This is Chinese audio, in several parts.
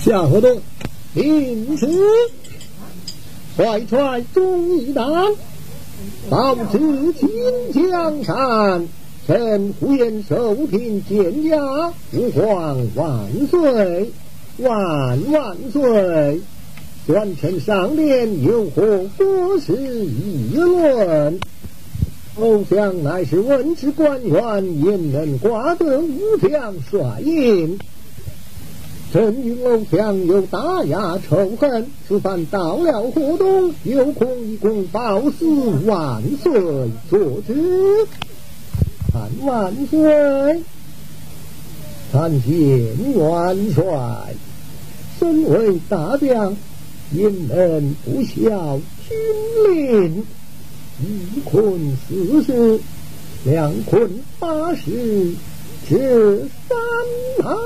夏河东，领旨，怀揣忠义胆，保持金江山。臣胡言受听见驾，吾皇万岁，万万岁！转臣上殿，有何国事议论？偶像乃是文职官员，焉能挂得武将帅印？朕与偶像有大雅仇恨，此番到了河东，有空一公报私，万岁做之。参万岁！参见元帅。身为大将，因恩不孝君令，一困四十，两困八十，至三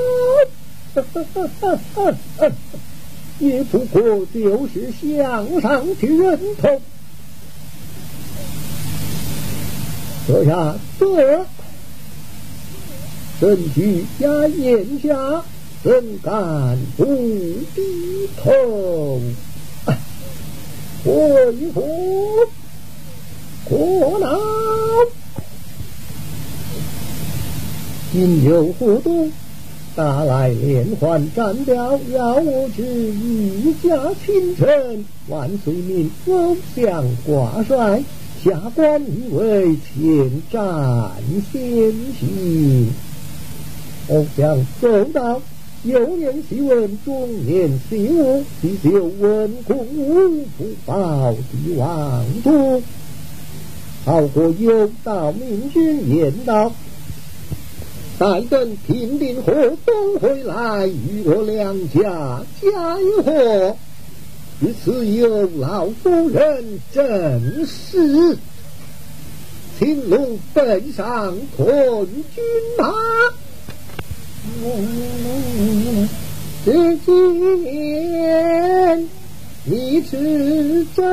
好。也不过就是项上之人头。这下这朕居家眼下，怎敢不低头？回府过脑，今有活动，大来连环斩掉，要我之一家亲臣，万岁命偶像挂帅。下官以为前瞻先行，偶像奏道：幼年习文，中年习武，必修文公武，不报帝王图。好过有道明君言道：待等平定河东回来，与我两家加一和。于此有老夫人正是，青龙背上屯军马，这几年你是真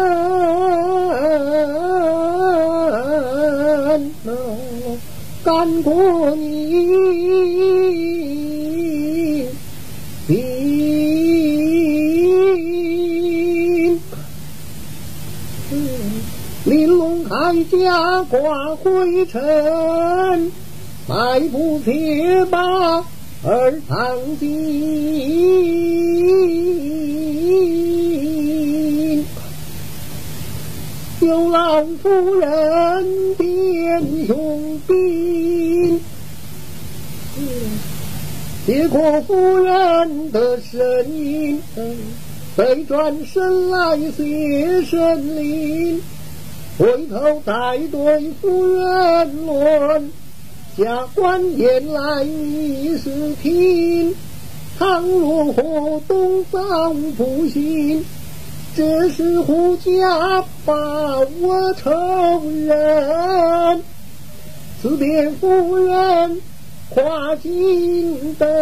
干过你玲珑铠甲挂灰尘，迈步铁马而长进。有老夫人点雄兵，结果夫人的身影，被转身来谢神灵。回头再对夫人论，下官言来你是听。倘若河东早不行，这是胡家把我仇人。此便夫人跨金灯，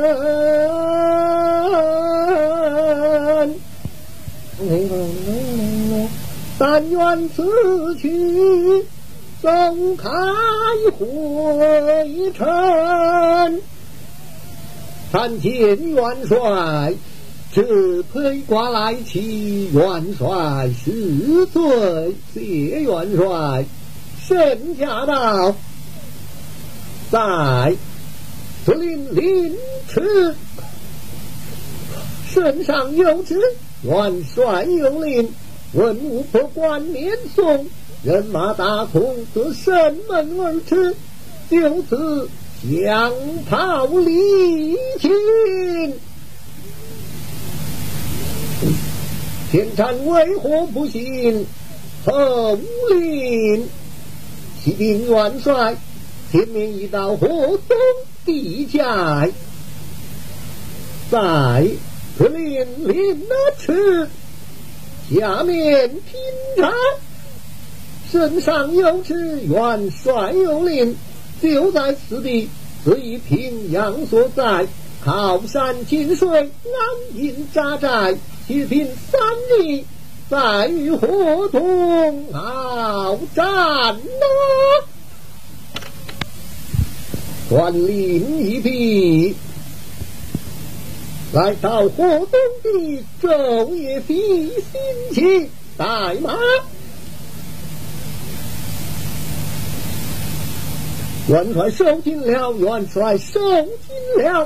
但愿此去总开回尘。参见元帅，这推挂来齐，元帅是罪。谢元帅。圣驾到，在司令领旨，圣上有旨，元帅有令。文武百官念诵，人马大从自城门而驰，就此相炮离秦。天产为何不行？统领启禀元帅，前面一道河东地界，在司令领旨。下面听着，圣上有旨，元帅有令，就在此地，此以平阳所在，靠山近水，安营扎寨，且凭3里，再与河东鏖战传令一笔， 来到河东的昼夜费心情，带马。元帅收紧了，元帅收紧了。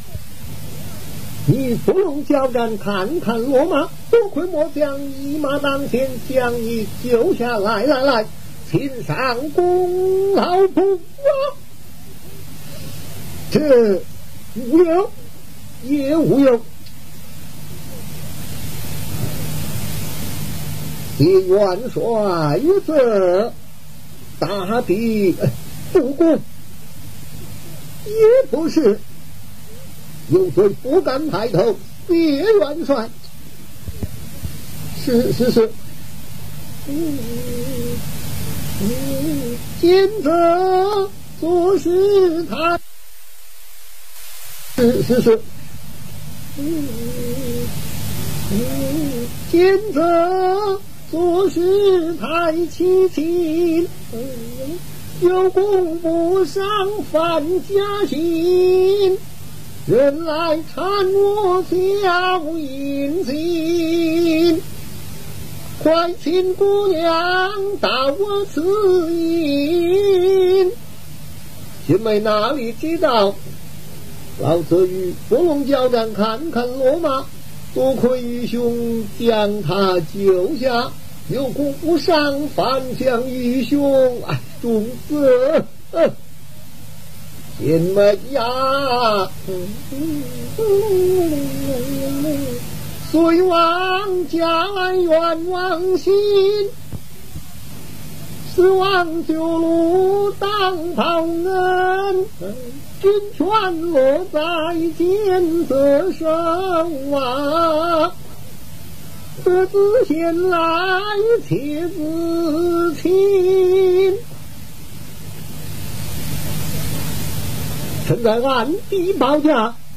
你不用交战，看看骡马，多亏末将一马当先，将你救下来。来来，请上功劳簿啊！这无有，也无有。谢元帅这大抵不过，也不是。有罪不敢抬头，谢元帅。是。今者做事太是。今者做事太凄清，有功不上犯家心。人来看我小阴心，快请姑娘到我此营。青梅哪里知道，老子与不用交战，看看骡马，多亏愚兄将他救下，有功不上反将愚兄重责。青梅呀，虽望家来愿往心，失望旧路当报恩。君权落在剑择手啊，得自先来且自亲。臣在暗地保驾，